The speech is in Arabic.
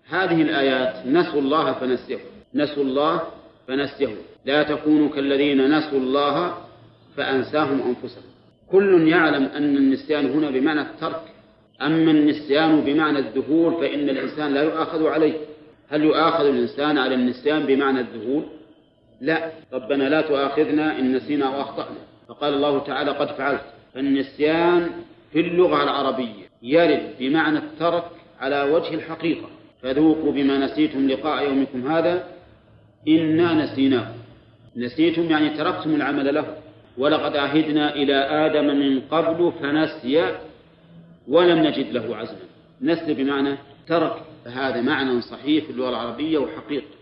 هذه الآيات نسوا الله فنسيهم، نسوا الله فنسيهم، لا تكونوا كالذين نسوا الله فأنساهم أنفسهم. كل يعلم أن النسيان هنا بمعنى الترك، أما النسيان بمعنى الذهول فإن الإنسان لا يؤاخذ عليه. هل يؤاخذ الإنسان على النسيان بمعنى الذهول؟ لا، ربنا لا تؤاخذنا إن نسينا وأخطأنا، فقال الله تعالى قد فعلت. فالنسيان في اللغة العربية يرد بمعنى الترك على وجه الحقيقة، فذوقوا بما نسيتم لقاء يومكم هذا إنا نسيناكم. نسيتم يعني تركتم العمل له. ولقد عهدنا إلى آدم من قبل فنسي ولم نجد له عزما. نسي بمعنى ترك، فهذا معنى صحيح في اللغة العربية وحقيقة.